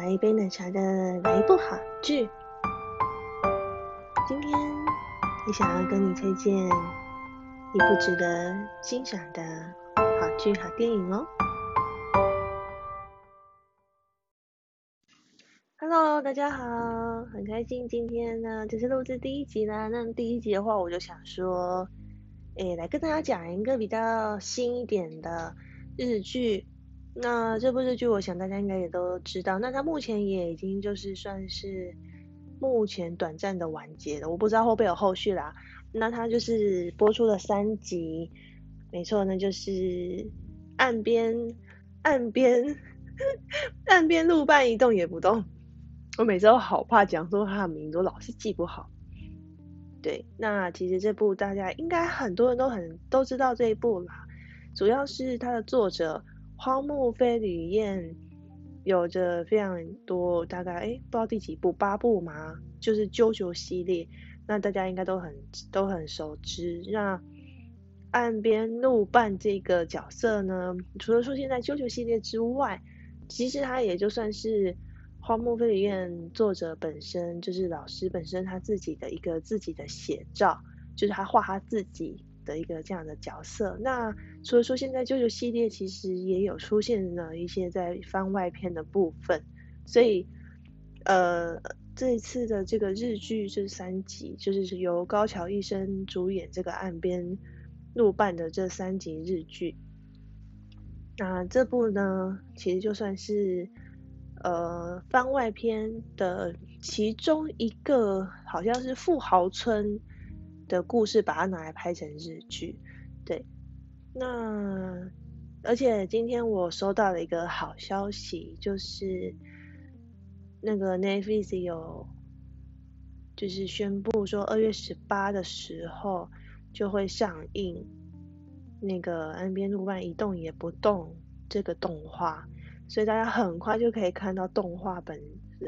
来一杯奶茶的来一部好剧。今天也想要跟你推荐一部值得欣赏的好剧好电影哦。Hello， 大家好，很开心今天呢这是录制第一集啦。那第一集的话，我就想说，来跟大家讲一个比较新一点的日剧。那这部日剧我想大家应该也都知道，那它目前也已经就是算是目前短暂的完结了，我不知道会不会有后续啦。那它就是播出了3集，没错，那就是岸边路伴一动也不动。我每次都好怕讲说他的名字，我老是记不好。对，那其实这部大家应该很多人都知道这一部啦，主要是它的作者荒木飞吕彦有着非常多，大概不知道第几部，8部嘛，就是JoJo系列，那大家应该都很熟知。那岸边露伴这个角色呢，除了出现在JoJo系列之外，其实他也就算是荒木飞吕彦作者本身，就是老师本身他自己的一个自己的写照，就是他画他自己的一个这样的角色。那除了说现在JoJo系列其实也有出现了一些在番外篇的部分，所以这一次的这个日剧这3集，就是由高桥一生主演这个岸边露伴的这3集日剧。那这部呢，其实就算是番外篇的其中一个，好像是富豪村的故事，把它拿来拍成日剧。对，那而且今天我收到了一个好消息，就是那个 Netflix 有就是宣布说2月18的时候就会上映那个岸边露伴一动也不动这个动画，所以大家很快就可以看到动画本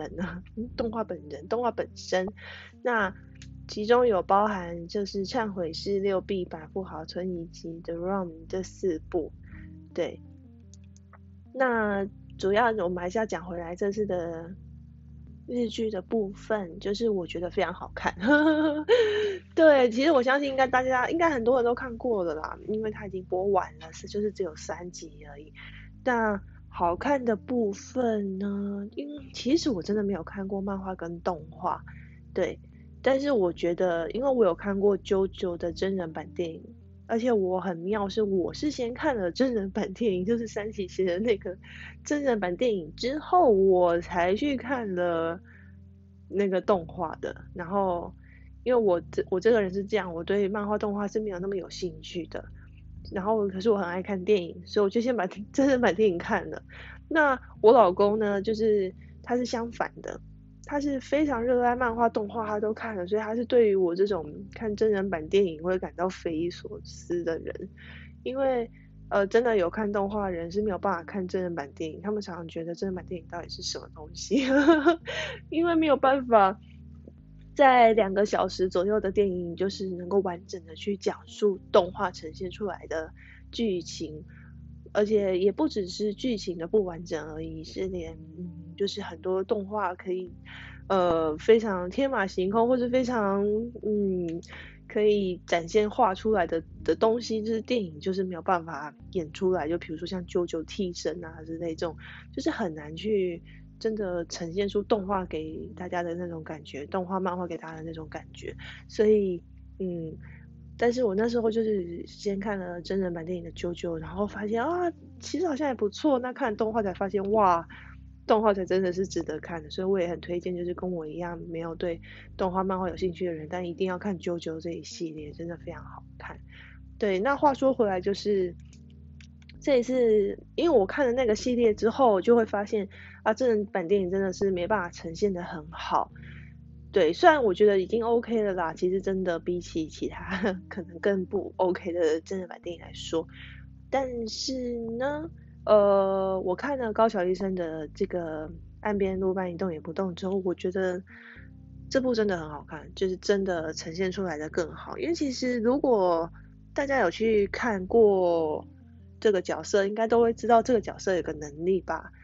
身。那其中有包含就是忏悔式6B 版富豪村以及 The Room 这4部。对，那主要我们还是要讲回来这次的日剧的部分，就是我觉得非常好看。对，其实我相信大家应该很多人都看过了啦，因为它已经播完了，就是只有3集而已。那好看的部分呢，其实我真的没有看过漫画跟动画，对，但是我觉得因为我有看过 JoJo 的真人版电影，而且我很妙是我是先看了真人版电影，就是三崎写的那个真人版电影之后，我才去看了那个动画的。然后因为我这个人是这样，我对漫画动画是没有那么有兴趣的。然后可是我很爱看电影，所以我就先把真人版电影看了。那我老公呢，就是他是相反的，他是非常热爱漫画动画，他都看了，所以他是对于我这种看真人版电影会感到匪夷所思的人。因为真的有看动画的人是没有办法看真人版电影，他们常常觉得真人版电影到底是什么东西。因为没有办法在2个小时左右的电影，就是能够完整的去讲述动画呈现出来的剧情，而且也不只是剧情的不完整而已，是连就是很多动画可以非常天马行空，或是非常可以展现画出来的东西，就是电影就是没有办法演出来。就比如说像啾替身啊之类这种，就是很难去真的呈现出动画给大家的那种感觉，动画漫画给大家的那种感觉。所以但是我那时候就是先看了真人版电影的啾，然后发现啊，其实好像也不错。那看动画才发现，哇，动画才真的是值得看的。所以我也很推荐，就是跟我一样没有对动画漫画有兴趣的人，但一定要看啾这一系列，真的非常好看。对，那话说回来，就是这一次，因为我看了那个系列之后，就会发现啊，真人版电影真的是没办法呈现的很好。对，虽然我觉得已经 OK 了啦，其实真的比起其他可能更不 OK 的真人版电影来说，但是呢，我看了高桥医生的这个岸边露伴一动也不动之后，我觉得这部真的很好看，就是真的呈现出来的更好。因为其实如果大家有去看过这个角色，应该都会知道这个角色有个能力吧，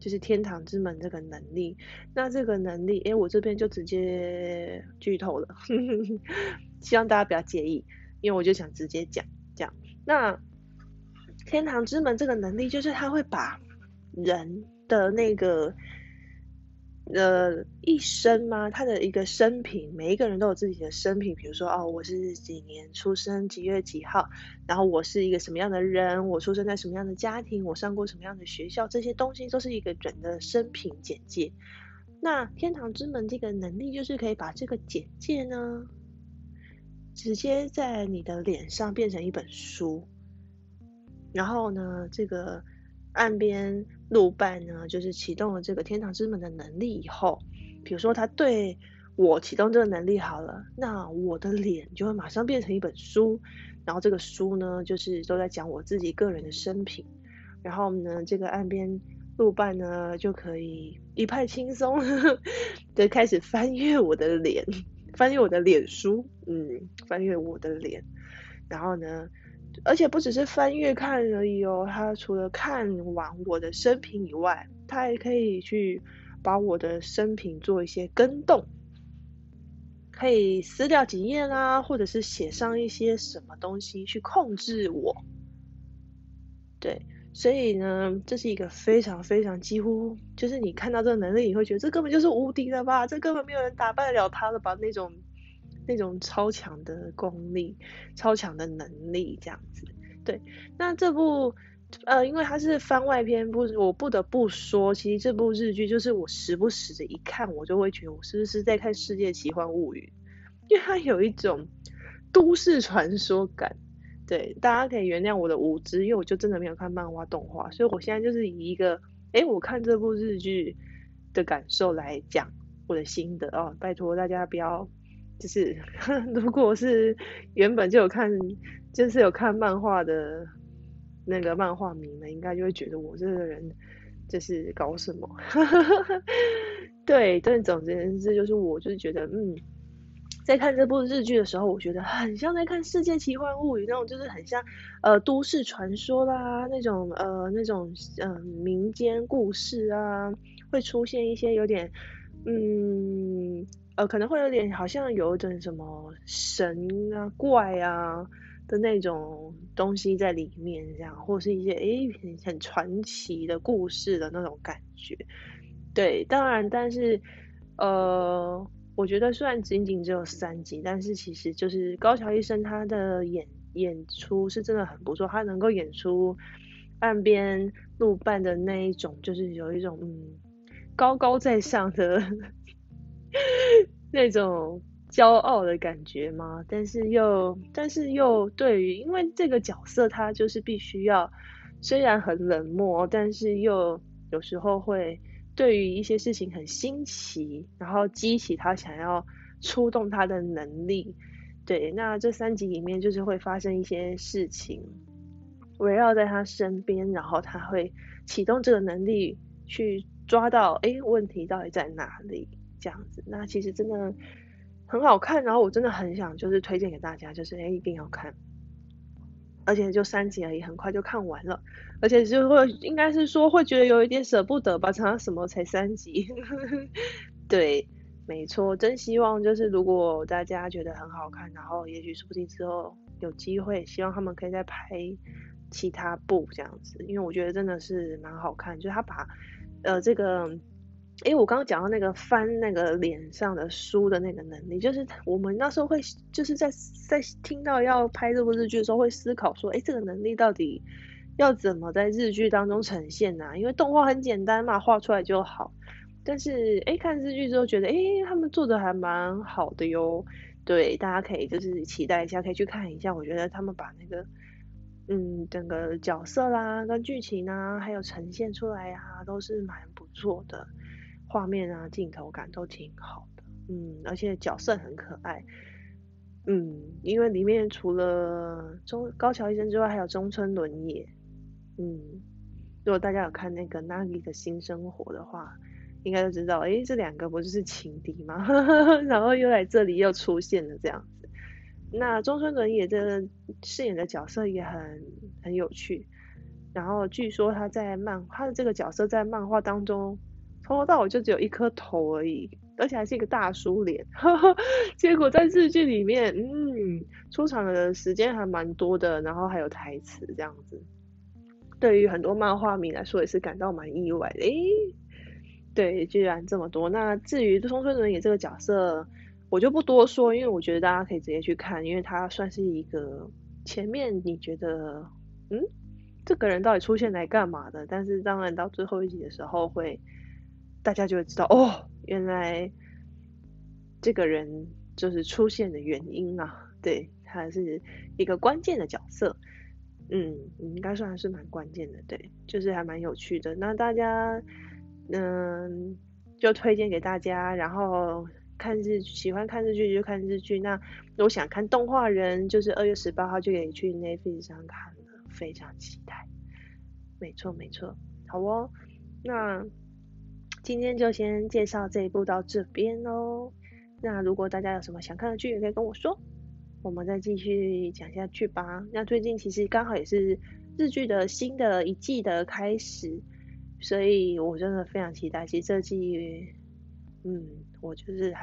就是天堂之门这个能力。那这个能力，我这边就直接剧透了，希望大家不要介意，因为我就想直接讲这样。那天堂之门这个能力，就是它会把人的那个一生嘛，他的一个生平，每一个人都有自己的生平，比如说我是几年出生，几月几号，然后我是一个什么样的人，我出生在什么样的家庭，我上过什么样的学校，这些东西都是一个人的生平简介。那天堂之门这个能力，就是可以把这个简介呢，直接在你的脸上变成一本书，然后呢，这个岸边路伴呢，就是启动了这个天堂之门的能力以后，比如说他对我启动这个能力好了，那我的脸就会马上变成一本书，然后这个书呢，就是都在讲我自己个人的生平，然后呢，这个岸边路伴呢，就可以一派轻松的开始翻阅我的脸，翻阅我的脸书，翻阅我的脸，然后呢，而且不只是翻阅看而已哦，他除了看完我的生平以外，他还可以去把我的生平做一些更动，可以撕掉几页啦，或者是写上一些什么东西去控制我。对，所以呢，这是一个非常非常几乎就是你看到这个能力，你会觉得这根本就是无敌了吧？这根本没有人打败得了他了吧？那种超强的功力、超强的能力这样子。对，那这部因为它是番外篇，我不得不说，其实这部日剧就是我时不时的一看，我就会觉得我是不是在看《世界奇幻物语》，因为它有一种都市传说感。对，大家可以原谅我的无知，因为我就真的没有看漫画动画，所以我现在就是以一个我看这部日剧的感受来讲我的心得哦。拜托大家不要，就是如果是原本就有看，就是有看漫画的那个漫画迷们，应该就会觉得我这个人就是搞什么。对，但总之就是我就是觉得在看这部日剧的时候，我觉得很像在看《世界奇幻物语》那种，就是很像都市传说啦，那种民间故事啊，会出现一些有点可能会有点好像有一点什么神啊怪啊的那种东西在里面，这样，或是一些很传奇的故事的那种感觉。对，当然，但是我觉得虽然仅仅只有3集，但是其实就是高桥医生他的演出是真的很不错，他能够演出岸边路伴的那一种，就是有一种高高在上的那种骄傲的感觉吗？但是又对于，因为这个角色他就是必须要，虽然很冷漠，但是又有时候会对于一些事情很新奇，然后激起他想要出动他的能力。对，那这3集里面就是会发生一些事情，围绕在他身边，然后他会启动这个能力去抓到问题到底在哪里这样子。那其实真的很好看，然后我真的很想就是推荐给大家，就是一定要看，而且就3集而已，很快就看完了，而且就会应该是说会觉得有一点舍不得吧，常常什么才3集。对，没错，真希望就是如果大家觉得很好看，然后也许说不定之后有机会，希望他们可以再拍其他部这样子，因为我觉得真的是蛮好看，就是他把这个我刚刚讲到那个翻那个脸上的书的那个能力，就是我们那时候会就是在听到要拍这部日剧的时候，会思考说，这个能力到底要怎么在日剧当中呈现呢？因为动画很简单嘛，画出来就好。但是看日剧之后觉得他们做的还蛮好的哟。对，大家可以就是期待一下，可以去看一下。我觉得他们把那个整个角色啦、跟剧情啊，还有呈现出来啊，都是蛮不错的。画面啊、镜头感都挺好的。而且角色很可爱。因为里面除了高桥医生之外，还有中村伦也。如果大家有看那个 Nagi 的新生活的话，应该就知道，这2个不就是情敌吗？然后又来这里又出现了这样子。那中村伦也这饰演的角色也很有趣。 然后据说他的这个角色在漫画当中从头到尾就只有一颗头而已，而且还是一个大叔脸，结果在日剧里面，出场的时间还蛮多的，然后还有台词这样子，对于很多漫画迷来说也是感到蛮意外的，对，居然这么多。那至于松村伦也这个角色，我就不多说，因为我觉得大家可以直接去看，因为他算是一个前面你觉得，嗯，这个人到底出现来干嘛的？但是当然到最后一集的时候大家就会知道，哦，原来这个人就是出现的原因啊，对，他是一个关键的角色。应该算是蛮关键的，对，就是还蛮有趣的。那大家，就推荐给大家，然后喜欢看日剧就看日剧。那如果想看动画人，就是2月18号就可以去 Netflix 上看了，非常期待。没错没错，好哦，那今天就先介绍这一部到这边哦。那如果大家有什么想看的剧，也可以跟我说。我们再继续讲下去吧。那最近其实刚好也是日剧的新的一季的开始，所以我真的非常期待。其实这季，我就是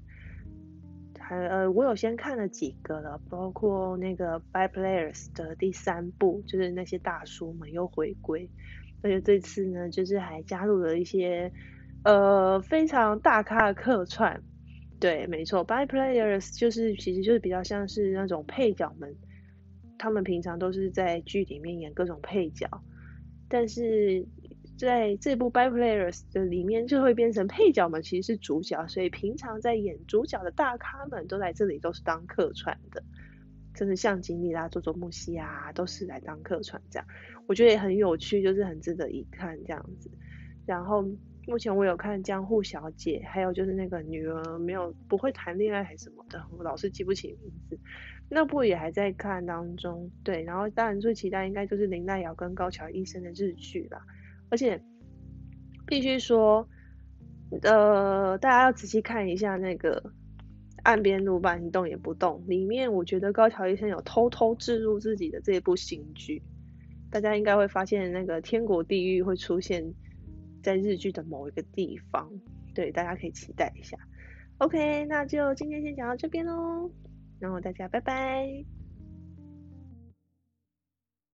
我有先看了几个了，包括那个《By Players》的第3部，就是那些大叔们又回归，而且这次呢，就是还加入了一些非常大咖的客串。对，没错，by players 其实就是比较像是那种配角们，他们平常都是在剧里面演各种配角，但是在这部 by players 的里面就会变成配角们其实是主角，所以平常在演主角的大咖们都来这里都是当客串的，就是像锦鲤啦、佐佐木希啊，都是来当客串这样，我觉得也很有趣，就是很值得一看这样子。然后目前我有看江户小姐，还有就是那个女儿不会谈恋爱还是什么的，我老是记不起名字。那部也还在看当中，对，然后当然最期待应该就是林奈瑶跟高桥医生的日剧啦，而且必须说，大家要仔细看一下那个岸边露伴一动也不动，里面我觉得高桥医生有偷偷置入自己的这部新剧，大家应该会发现那个天国地狱会出现在日剧的某一个地方，对，大家可以期待一下。OK，那就今天先讲到这边喽，然后大家拜拜。